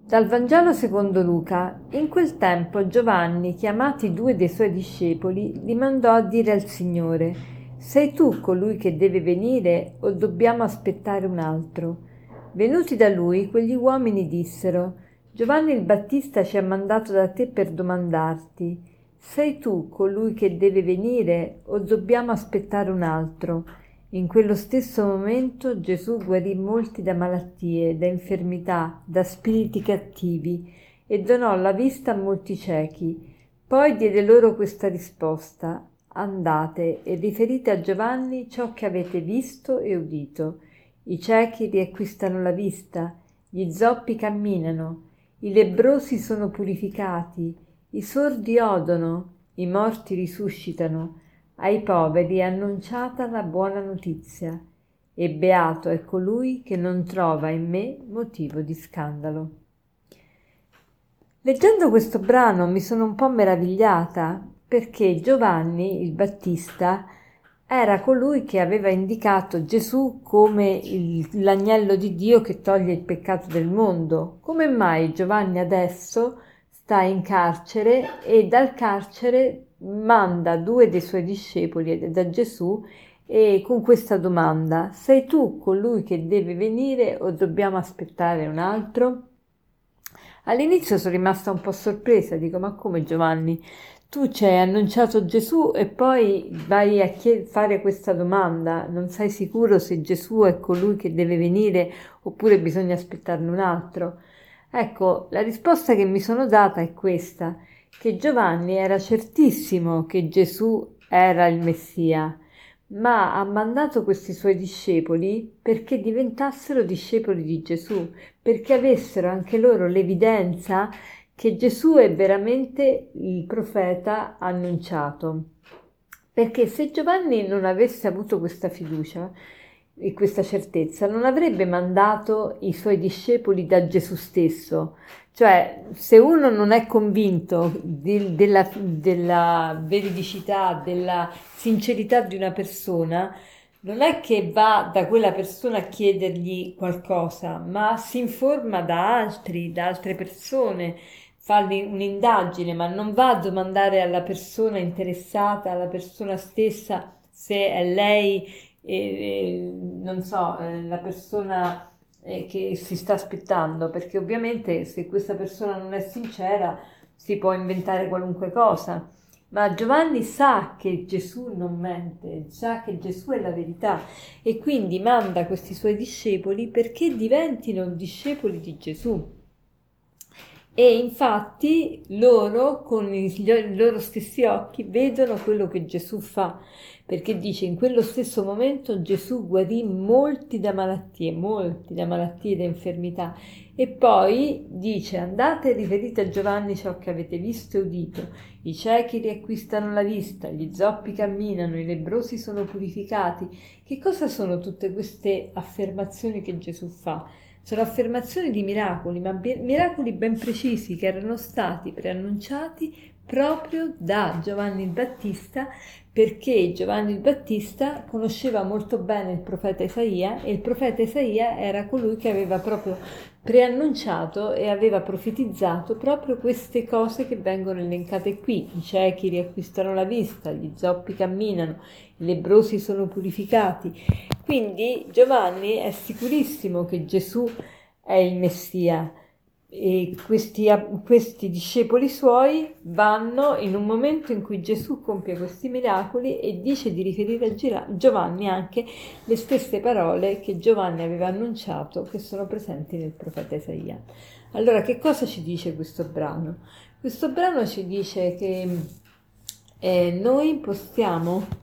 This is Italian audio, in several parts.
Dal Vangelo secondo Luca. In quel tempo Giovanni, chiamati 2 dei suoi discepoli, li mandò a dire al Signore: «Sei tu colui che deve venire o dobbiamo aspettare un altro?» Venuti da lui, quegli uomini dissero: «Giovanni il Battista ci ha mandato da te per domandarti: sei tu colui che deve venire o dobbiamo aspettare un altro?» In quello stesso momento Gesù guarì molti da malattie, da infermità, da spiriti cattivi e donò la vista a molti ciechi. Poi diede loro questa risposta: andate e riferite a Giovanni ciò che avete visto e udito. I ciechi riacquistano la vista, gli zoppi camminano, i lebbrosi sono purificati, i sordi odono, i morti risuscitano. Ai poveri è annunciata la buona notizia, e beato è colui che non trova in me motivo di scandalo. Leggendo questo brano mi sono un po' meravigliata, perché Giovanni il Battista era colui che aveva indicato Gesù come l'agnello di Dio che toglie il peccato del mondo. Come mai Giovanni adesso sta in carcere e dal carcere manda 2 dei suoi discepoli da Gesù e con questa domanda: sei tu colui che deve venire o dobbiamo aspettare un altro? All'inizio sono rimasta un po' sorpresa, dico: ma come, Giovanni? Tu ci hai annunciato Gesù e poi vai a fare questa domanda? Non sei sicuro se Gesù è colui che deve venire oppure bisogna aspettarne un altro? Ecco, la risposta che mi sono data è questa: che Giovanni era certissimo che Gesù era il Messia, ma ha mandato questi suoi discepoli perché diventassero discepoli di Gesù, perché avessero anche loro l'evidenza che Gesù è veramente il profeta annunciato. Perché se Giovanni non avesse avuto questa fiducia e questa certezza, non avrebbe mandato i suoi discepoli da Gesù stesso. Cioè, se uno non è convinto della veridicità, della sincerità di una persona, non è che va da quella persona a chiedergli qualcosa, ma si informa da altri, da altre persone, fa un'indagine, ma non va a domandare alla persona interessata, alla persona stessa, se è lei, non so, la persona che si sta aspettando, perché ovviamente se questa persona non è sincera si può inventare qualunque cosa. Ma Giovanni sa che Gesù non mente, sa che Gesù è la verità e quindi manda questi suoi discepoli perché diventino discepoli di Gesù. E infatti loro con i loro stessi occhi vedono quello che Gesù fa, perché dice: in quello stesso momento Gesù guarì molti da malattie e da infermità, e poi dice: andate e riferite a Giovanni ciò che avete visto e udito. I ciechi riacquistano la vista, gli zoppi camminano, i lebbrosi sono purificati. Che cosa sono tutte queste affermazioni che Gesù fa? Sono affermazioni di miracoli, ma miracoli ben precisi che erano stati preannunciati proprio da Giovanni il Battista, perché Giovanni il Battista conosceva molto bene il profeta Isaia e il profeta Isaia era colui che aveva proprio preannunciato e aveva profetizzato proprio queste cose che vengono elencate qui. I ciechi riacquistano la vista, gli zoppi camminano, i lebbrosi sono purificati. Quindi Giovanni è sicurissimo che Gesù è il Messia e questi discepoli suoi vanno in un momento in cui Gesù compie questi miracoli e dice di riferire a Giovanni anche le stesse parole che Giovanni aveva annunciato, che sono presenti nel profeta Isaia. Allora, che cosa ci dice questo brano? Questo brano ci dice che noi possiamo,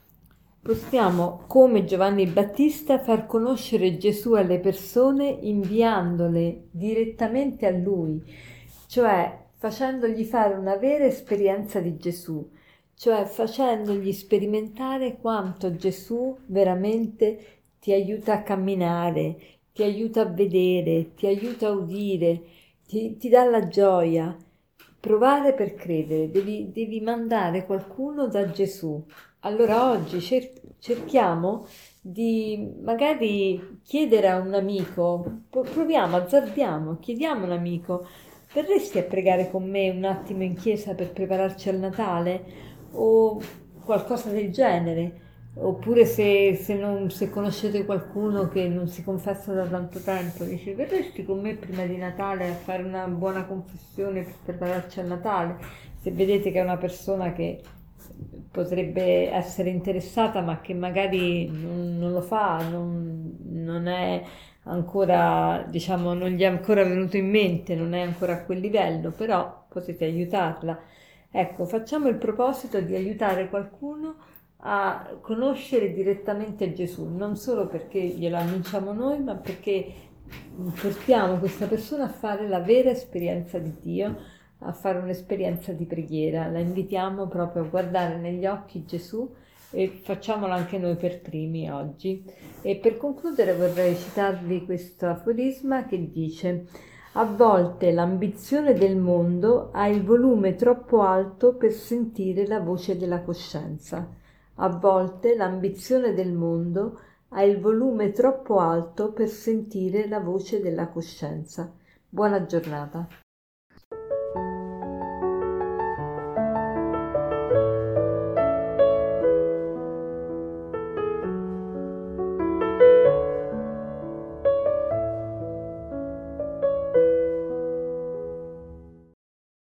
come Giovanni Battista, far conoscere Gesù alle persone inviandole direttamente a Lui, cioè facendogli fare una vera esperienza di Gesù, cioè facendogli sperimentare quanto Gesù veramente ti aiuta a camminare, ti aiuta a vedere, ti aiuta a udire, ti dà la gioia. Provare per credere, devi mandare qualcuno da Gesù. Allora oggi cerchiamo di magari chiedere a un amico, proviamo, azzardiamo, chiediamo a un amico, verresti a pregare con me un attimo in chiesa per prepararci al Natale? O qualcosa del genere. Oppure se conoscete qualcuno che non si confessa da tanto tempo, dice verresti con me prima di Natale a fare una buona confessione per prepararci al Natale? Se vedete che è una persona che potrebbe essere interessata ma che magari non lo fa, non è ancora, diciamo, non gli è ancora venuto in mente, non è ancora a quel livello, però potete aiutarla. Ecco, facciamo il proposito di aiutare qualcuno a conoscere direttamente Gesù, non solo perché glielo annunciamo noi, ma perché portiamo questa persona a fare la vera esperienza di Dio, a fare un'esperienza di preghiera. La invitiamo proprio a guardare negli occhi Gesù e facciamolo anche noi per primi oggi. E per concludere vorrei citarvi questo aforisma che dice: a volte l'ambizione del mondo ha il volume troppo alto per sentire la voce della coscienza. A volte l'ambizione del mondo ha il volume troppo alto per sentire la voce della coscienza. Buona giornata.